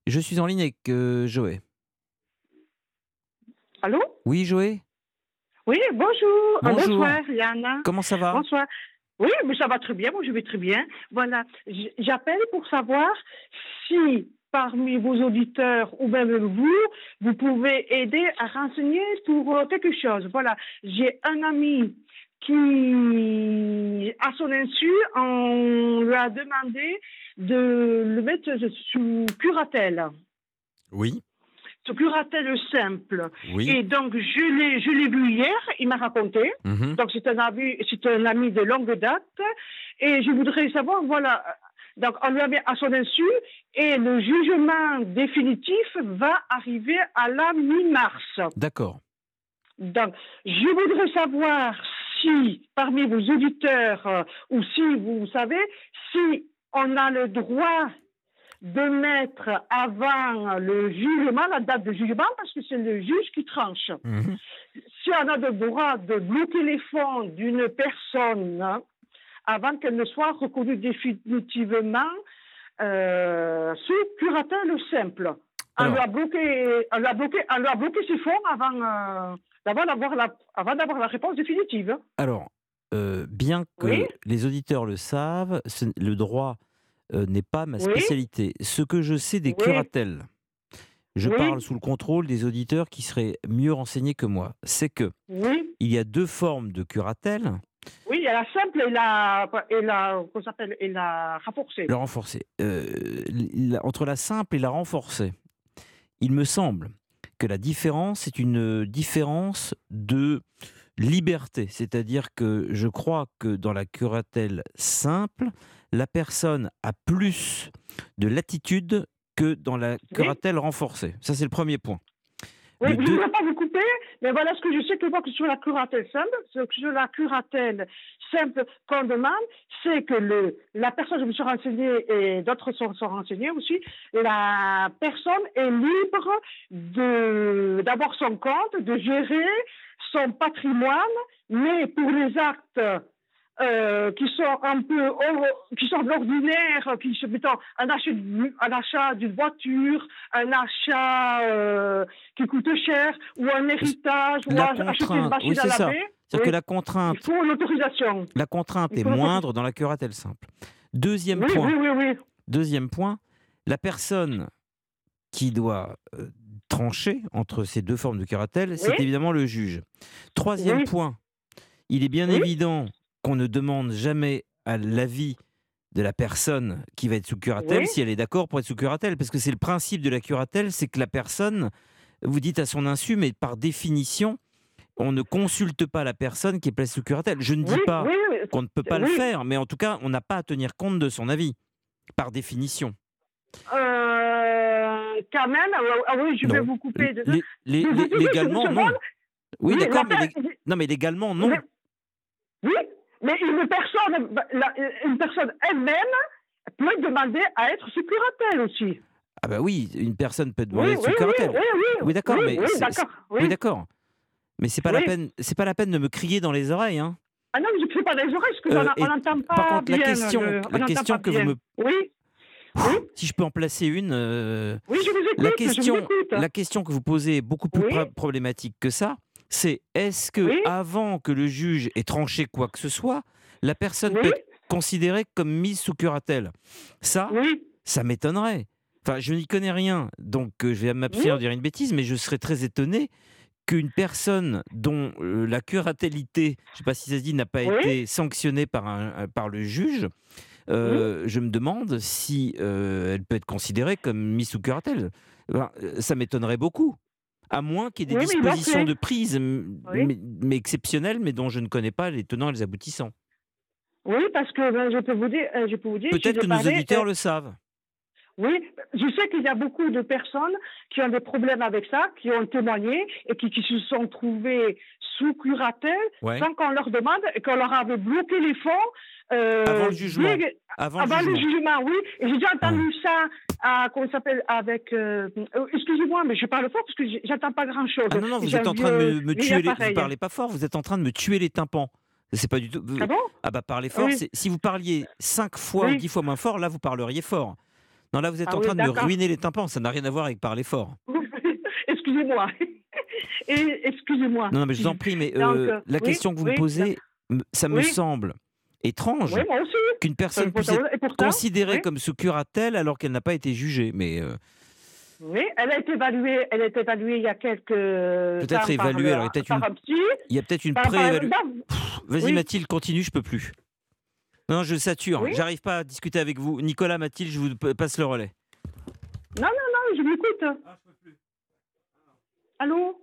Je suis en ligne avec Joé. Allô? Oui, Joé? Oui, bonjour. Bonjour. Bonsoir, Yana. Comment ça va? Bonsoir. Oui, mais ça va très bien. Moi, je vais très bien. Voilà. J'appelle pour savoir si parmi vos auditeurs ou même vous, vous pouvez aider à renseigner pour quelque chose. Voilà. J'ai un ami qui, à son insu, on lui a demandé de le mettre sous curatelle. Oui. Sous curatelle simple. Oui. Et donc, je l'ai vu hier, il m'a raconté. Mhm. Donc, c'est un ami de longue date. Et je voudrais savoir, voilà, donc on lui a mis à son insu et le jugement définitif va arriver à la mi-mars. D'accord. Donc, je voudrais savoir si, parmi vos auditeurs, ou si vous savez, si on a le droit de mettre avant le jugement, la date de jugement, parce que c'est le juge qui tranche. Mhm. Si on a le droit de bloquer les fonds d'une personne avant qu'elle ne soit reconnue définitivement sous curatelle simple. On lui Alors, a bloqué ses fonds avant d'avoir la réponse définitive. alors, bien Oui, que les auditeurs le savent, le droit n'est pas ma oui, spécialité. Ce que je sais des oui, curatelles, je parle oui, sous le contrôle des auditeurs qui seraient mieux renseignés que moi, c'est que oui. il y a deux formes de curatelle. Oui, il y a la simple comment ça s'appelle, et la renforcée. Le renforcé. Entre la simple et la renforcée, il me semble que la différence est une différence de liberté. C'est-à-dire que je crois que dans la curatelle simple, la personne a plus de latitude que dans la Oui, curatelle renforcée. Ça, c'est le premier point. oui, Le je ne deux, voudrais pas vous couper, mais voilà ce que je sais que moi, que sur la curatelle simple, ce que sur la curatelle simple qu'on demande, c'est que la personne, je me suis renseignée et d'autres sont renseignés aussi, la personne est libre d'avoir son compte, de gérer son patrimoine, mais pour les actes qui sont un peu qui sont de l'ordinaire, qui se mettons un achat d'une voiture, un achat qui coûte cher, ou un héritage, ou la acheter une contrainte, oui, machine à c'est ça. laver. C'est-à-dire que Oui, il faut l'autorisation. la contrainte Il est faut moindre l'autorisation. dans la curatelle simple. Deuxième Oui, oui, point, oui, oui. deuxième point, la personne qui doit trancher entre ces deux formes de curatelle, Oui, c'est évidemment le juge. Troisième oui, point, il est bien oui, évident qu'on ne demande jamais à l'avis de la personne qui va être sous curatelle oui, si elle est d'accord pour être sous curatelle, parce que c'est le principe de la curatelle, c'est que la personne, vous dites à son insu, mais par définition, on ne consulte pas la personne qui est placée sous curatelle. Je ne dis oui, pas oui, qu'on ne peut pas le oui. faire, mais en tout cas, on n'a pas à tenir compte de son avis, par définition. Quand même, ah oui, je vais Non. vous couper. Deux Légalement, non. secondes. Oui, Oui, d'accord, non, mais légalement, non. oui, mais une personne elle-même peut demander à être sous curatelle aussi. Ah bah oui, une personne peut Oui, demander oui, sous oui, curatelle. oui, oui, Oui, oui, d'accord, mais oui, d'accord, oui, oui, d'accord. Mais oui. c'est pas la peine de me crier dans les oreilles, hein. Ah non, je ne sais pas les oreilles, parce qu'on Et n'entend par pas contre, bien. On la n'entend pas question que vous bien. me, Oui, oui, si je peux en placer une, oui, je vous écoute, je vous écoute. la question que vous posez est beaucoup plus Oui, problématique que ça. C'est est-ce que oui, avant que le juge ait tranché quoi que ce soit, la personne peut oui, être considérée comme mise sous curatelle? Ça, oui, ça m'étonnerait. Enfin, je n'y connais rien, donc je vais oui, m'abstenir de dire une bêtise, mais je serais très étonné qu'une personne dont la curatellité, je ne sais pas si ça se dit, n'a pas oui, été sanctionnée par le juge, oui, je me demande si elle peut être considérée comme mise sous curatelle. Ben, ça m'étonnerait beaucoup. À moins qu'il y ait des oui, mais il l'a dispositions fait. de prise, Oui, mais exceptionnelles, mais dont je ne connais pas les tenants et les aboutissants. oui, parce que je peux vous dire, je Peut-être vous ai que nos parlé. auditeurs le savent. Oui, je sais qu'il y a beaucoup de personnes qui ont des problèmes avec ça, qui ont témoigné et qui se sont trouvées sous curatelle Ouais. sans qu'on leur demande et qu'on leur avait bloqué les fonds Avant le jugement. Avant le avant le jugement. jugement, oui. Et j'ai déjà Ouais. entendu ça comment ça s'appelle, avec... excusez-moi, mais je parle fort parce que j'entends pas grand-chose. Ah non, non, vous J'ai un êtes en train de vieux, me vieil tuer vous appareil. parlez pas fort, vous êtes en train de me tuer les tympans. C'est pas du tout. Ah bon? Ah bah parlez fort. Oui, Si vous parliez 5 fois ou oui, 10 fois moins fort, là vous parleriez fort. Non, là, vous êtes Ah en oui, train de me d'accord. ruiner les tympans. Ça n'a rien à voir avec parler fort. Excusez-moi. Excusez-moi. Non, non, mais je vous en prie, mais Donc, la oui, question que vous me oui, posez, ça me oui, semble étrange oui, moi aussi. qu'une personne puisse être Et pourtant, considérée oui, comme sous curatelle alors qu'elle n'a pas été jugée. Mais oui, elle a été évaluée il y a quelques peut-être temps évaluée. Alors, par un psy, il y a peut-être une non, Vas-y, oui, Mathilde, continue, je peux plus. Non, je sature. oui, J'arrive pas à discuter avec vous. Nicolas, Mathilde, je vous passe le relais. non, non, non, je m'écoute. Allô?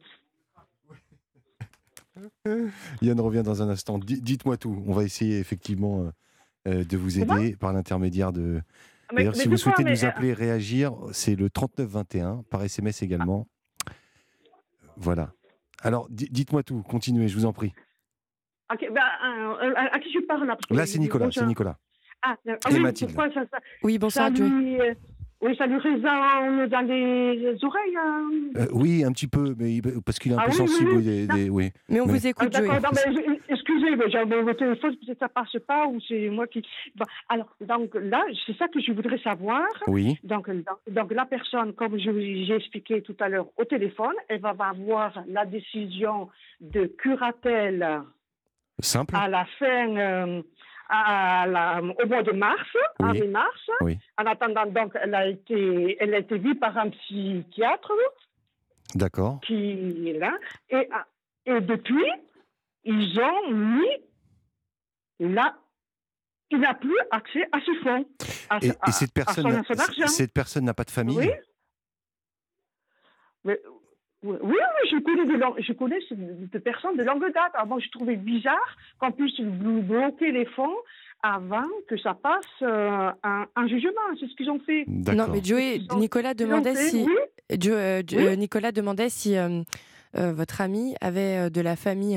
Yann revient dans un instant. Dites-moi tout. On va essayer effectivement de vous aider par l'intermédiaire de. D'ailleurs, si vous souhaitez nous appeler, réagir, c'est le 3921 par SMS également. Voilà. Alors, dites-moi tout. Continuez, je vous en prie. Ok, ben, à qui je parle là? Là, c'est Nicolas. C'est Nicolas. Et oui, Mathilde. Pourquoi Oui, bonsoir, ça Joey. Oui, ça lui résonne dans les oreilles. Oui, un petit peu, mais parce qu'il est un peu oui, sensible. oui. Oui. Mais on vous écoute, Joey. D'accord, excusez, mais j'ai mon téléphone, peut-être ça passe pas, ou c'est moi qui... Bon, alors, donc là, c'est ça que je voudrais savoir. Oui. Donc la personne, comme j'ai expliqué tout à l'heure au téléphone, elle va avoir la décision de curatelle Simple. à la fin... au mois de mars, oui. avril mars. Oui. En attendant, donc, elle a été vue par un psychiatre. D'accord. Qui est là. Et depuis, ils ont mis là, il n'a plus accès à ce fonds. Et cette personne n'a pas de famille? Oui. Mais, oui, je connais des personnes de longue date. Alors, moi, je trouvais bizarre qu'on puisse bloquer les fonds avant que ça passe un jugement. C'est ce qu'ils ont fait. Non, mais Joey, Nicolas demandait si... Oui. Nicolas demandait si votre amie avait de la famille.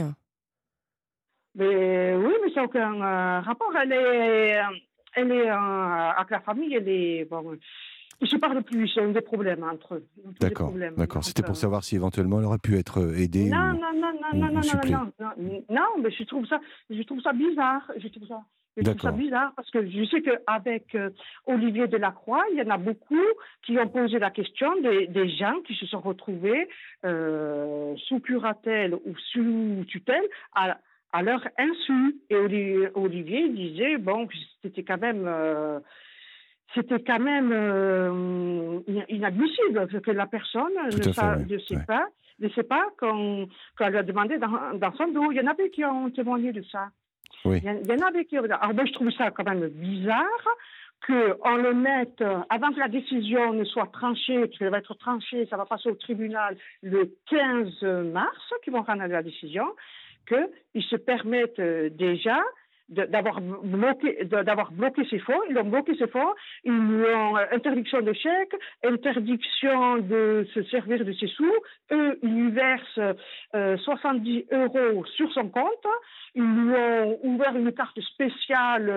Mais ça n'a aucun rapport. Elle est avec la famille, elle est... Bon, ils ne se parlent plus, ils ont des problèmes entre eux. D'accord. C'était pour savoir si éventuellement elle aurait pu être aidée non, mais je trouve ça bizarre. Je trouve ça bizarre parce que je sais qu'avec Olivier Delacroix, il y en a beaucoup qui ont posé la question des gens qui se sont retrouvés sous curatelle ou sous tutelle à leur insu. Et Olivier disait bon, c'était quand même inadmissible que la personne ne sait pas qu'on lui a demandé dans son dos. Il y en avait qui ont témoigné de ça. Oui. Il y en avait qui... Alors moi, je trouve ça quand même bizarre qu'on le mette, avant que la décision ne soit tranchée, parce qu'elle va être tranchée, ça va passer au tribunal le 15 mars, qu'ils vont rendre la décision, qu'ils se permettent déjà d'avoir bloqué ses fonds. Ils ont bloqué ses fonds, ils ont interdiction de chèque, interdiction de se servir de ses sous. Eux, ils lui versent 70 € sur son compte. Ils lui ont ouvert une carte spéciale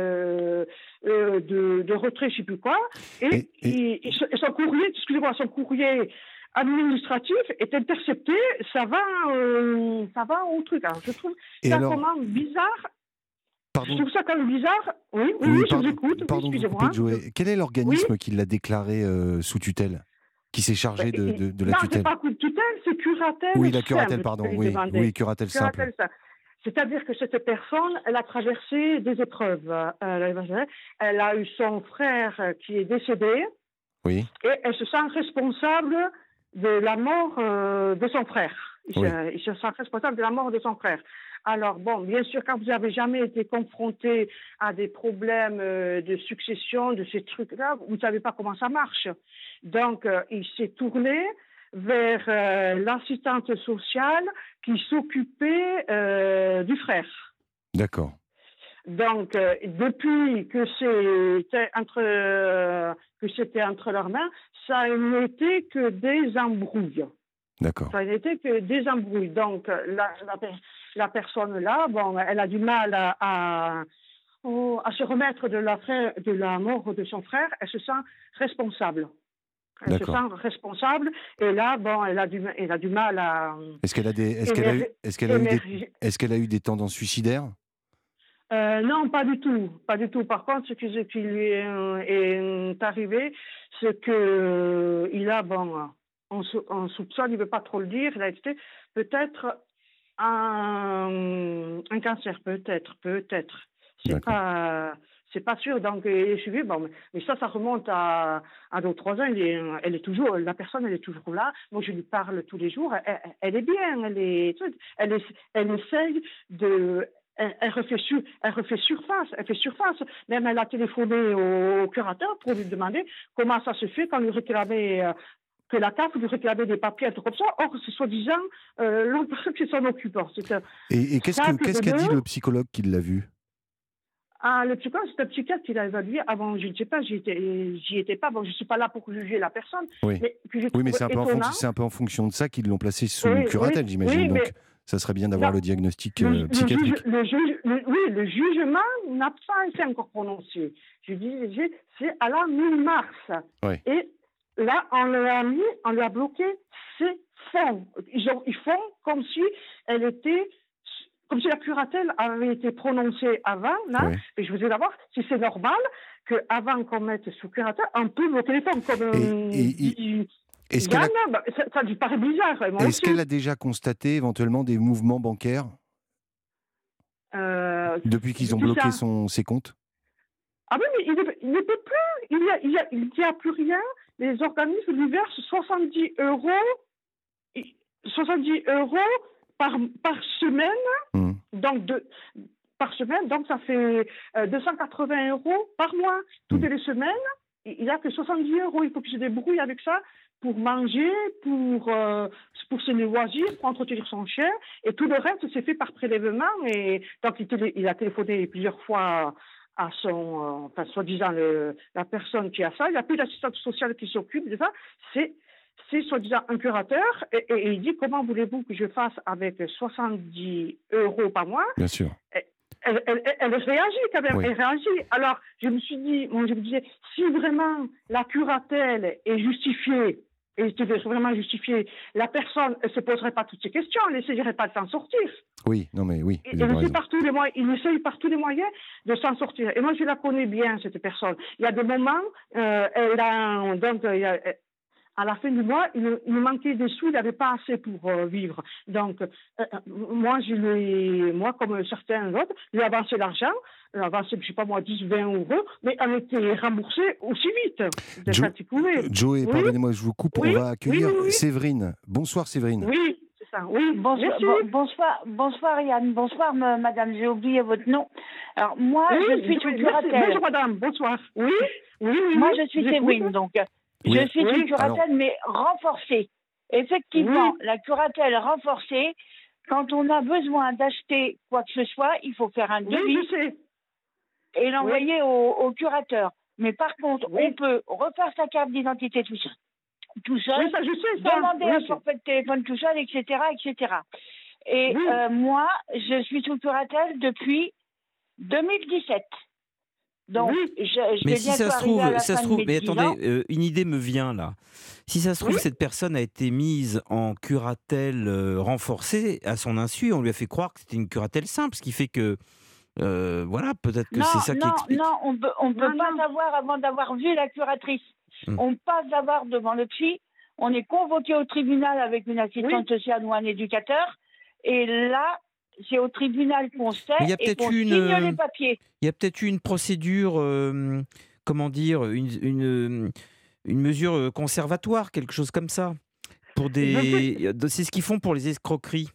de retrait, je ne sais plus quoi. Et son courrier administratif est intercepté, ça va au truc. Alors, je trouve ça vraiment bizarre. Pardon. Je trouve ça quand même bizarre. Oui, je vous écoute. Pardon, excusez-moi. Quel est l'organisme qui l'a déclaré sous tutelle, qui s'est chargé de la tutelle? Non, c'est pas tutelle, c'est curatelle. Oui, la curatelle, pardon. Oui, curatelle simple. C'est-à-dire que cette personne, elle a traversé des épreuves. Elle a eu son frère qui est décédé. Oui. Et elle se sent responsable de la mort de son frère. Il se sent responsable de la mort de son frère. Alors, bon, bien sûr, quand vous n'avez jamais été confronté à des problèmes de succession, de ces trucs-là, vous ne savez pas comment ça marche. Donc, il s'est tourné vers l'assistante sociale qui s'occupait du frère. D'accord. Donc, depuis que c'était entre leurs mains, ça n'était que des embrouilles. D'accord. Ça n'était que des embrouilles. Donc, la personne-là, bon, elle a du mal à se remettre de la mort de son frère. Elle se sent responsable. Elle se sent responsable. Et là, bon, elle a du mal à... Est-ce qu'elle a eu des tendances suicidaires? Non, pas du tout, pas du tout. Par contre, ce qui lui est arrivé, c'est que il a, bon, on soupçonne, il ne veut pas trop le dire, il a été peut-être un cancer, peut-être. C'est pas sûr. Donc, il est suivi. Bon, mais ça remonte à 2 ou 3 ans. Elle est toujours, la personne, elle est toujours là. Moi, je lui parle tous les jours. Elle est bien. Elle essaye de. Elle refait surface. Elle fait surface. Même elle a téléphoné au curateur pour lui demander comment ça se fait quand lui réclamait. Que la CAF lui réclamait des papiers, un truc comme ça. Or, c'est soi-disant l'autre personne qui s'en occupe. Et qu'est-ce qu'a dit le psychologue qui l'a vu? Ah, le psychologue, c'est un psychiatre qui l'a évalué avant. Je ne sais pas, j'y étais pas. Bon, je ne suis pas là pour juger la personne. Oui, mais c'est un peu en fonction de ça qu'ils l'ont placé sous curatelle, j'imagine. Donc, ça serait bien d'avoir le diagnostic psychiatrique. Le jugement n'a pas été encore prononcé. Je dis, c'est à la mi-mars. Ouais. Et là, on lui a bloqué ses fonds. Ils font comme si la curatelle avait été prononcée avant, là. Et je voudrais savoir si c'est normal qu'avant qu'on mette sous curatelle, on peut bloquer les fonds. Ça lui paraît bizarre. Est-ce qu'elle a déjà constaté éventuellement des mouvements bancaires depuis qu'ils ont bloqué ses comptes? Ah oui, mais il ne peut plus. Il n'y a plus rien. Les organismes lui versent 70 euros par semaine. Par semaine, donc ça fait 280 euros par mois. Toutes les semaines, il n'a que 70 euros. Il faut qu'il se débrouille avec ça pour manger, pour ses loisirs, pour entretenir son chien. Et tout le reste, c'est fait par prélèvement. Et donc, il a téléphoné plusieurs fois à son, soi-disant, la personne qui a ça. Il n'y a plus d'assistante sociale qui s'occupe de ça. C'est soi-disant un curateur. Et il dit, comment voulez-vous que je fasse avec 70 euros par mois? Bien sûr. Elle réagit quand même, elle réagit. Alors, je me disais, si vraiment la curatelle est justifiée, et était vraiment justifiée, la personne ne se poserait pas toutes ces questions, elle n'essayerait pas de s'en sortir. Oui, non mais oui. Il essaye par tous les moyens de s'en sortir. Et moi, je la connais bien, cette personne. Il y a des moments, à la fin du mois, il me manquait des sous, il n'avait pas assez pour vivre. Donc, moi, comme certains autres, lui ai avancé l'argent, je ne sais pas moi, 10, 20 euros, mais on était remboursé aussi vite. Joey, pardonnez-moi, je vous coupe, on va accueillir Séverine. Bonsoir Séverine. Oui, c'est ça, oui. Bonsoir Yann, bonsoir madame, j'ai oublié votre nom. Alors moi, je suis sous curatelle. Bonjour madame, bonsoir. Oui. Moi, je suis Séverine, donc... Je suis une curatelle, mais renforcée. Effectivement, la curatelle renforcée, quand on a besoin d'acheter quoi que ce soit, il faut faire un devis et l'envoyer au curateur. Mais par contre, on peut refaire sa carte d'identité tout seul, demander un forfait de téléphone tout seul, etc., etc. Et moi, je suis sous curatelle depuis 2017. Donc, mais si ça se trouve, mais attendez, une idée me vient là. Si ça se trouve, cette personne a été mise en curatelle renforcée à son insu, on lui a fait croire que c'était une curatelle simple, ce qui fait que, voilà, peut-être que c'est ça qui explique. Non, on peut pas savoir avant d'avoir vu la curatrice. On passe d'abord devant le psy, on est convoqué au tribunal avec une assistante sociale ou un éducateur, et là, c'est au tribunal qu'on sait et qu'on signe les papiers. Il y a peut-être eu une procédure, comment dire, une mesure conservatoire, quelque chose comme ça. C'est ce qu'ils font pour les escroqueries.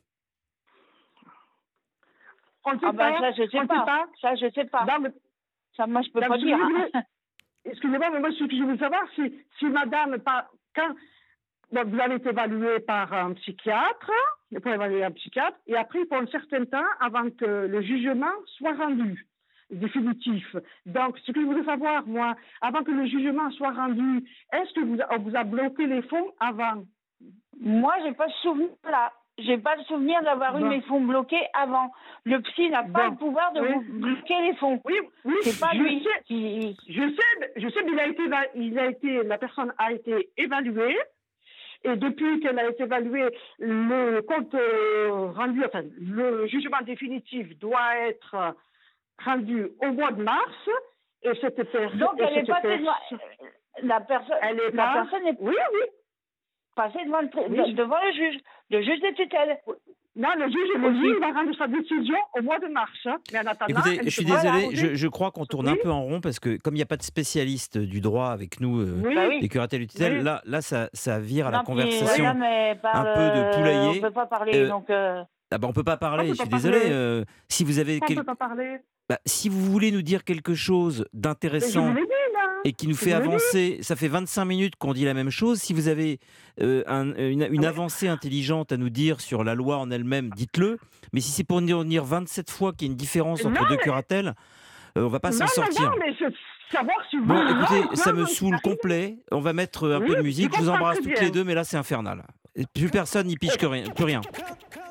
Ça, je sais pas. Ça, je sais pas. Ça, moi, je peux pas dire. Excusez-moi, mais moi, ce que je veux savoir, si madame, donc, vous avez été évalué par un psychiatre, et après, il faut un certain temps avant que le jugement soit rendu définitif. Donc, ce que je voudrais savoir, moi, avant que le jugement soit rendu, est-ce qu'on vous a bloqué les fonds avant? Moi, j'ai pas ce souvenir-là. J'ai pas le souvenir d'avoir eu mes fonds bloqués avant. Le psy n'a pas le pouvoir de vous bloquer les fonds. Oui, c'est pas lui. Je sais, mais la personne a été évaluée. Et depuis qu'elle a été évaluée, le compte rendu, le jugement définitif doit être rendu au mois de mars, et c'était perdu. Donc, elle n'est pas la personne est oui. passée devant le juge. Le juge des tutelles. Non, le juge va rendre sa décision au mois de mars. Hein. Mais en attendant, écoutez, je suis désolé, je crois qu'on tourne un peu en rond parce que comme il n'y a pas de spécialiste du droit avec nous, des curatelles et tutelles, là ça vire à la conversation un peu de poulailler. On ne peut pas parler, donc... Ah bah on peut pas parler, je suis désolé. Si vous avez on peut pas parler. Si vous voulez nous dire quelque chose d'intéressant et qui nous fait avancer, ça fait 25 minutes qu'on dit la même chose. Si vous avez une avancée intelligente à nous dire sur la loi en elle-même, dites-le. Mais si c'est pour nous dire 27 fois qu'il y a une différence entre deux curatelles, on va pas s'en sortir. Non, mais savoir si vous... Bon, écoutez, ça me saoule complet. On va mettre un peu de musique. Je vous embrasse toutes les deux, mais là c'est infernal. Plus personne n'y pige plus rien.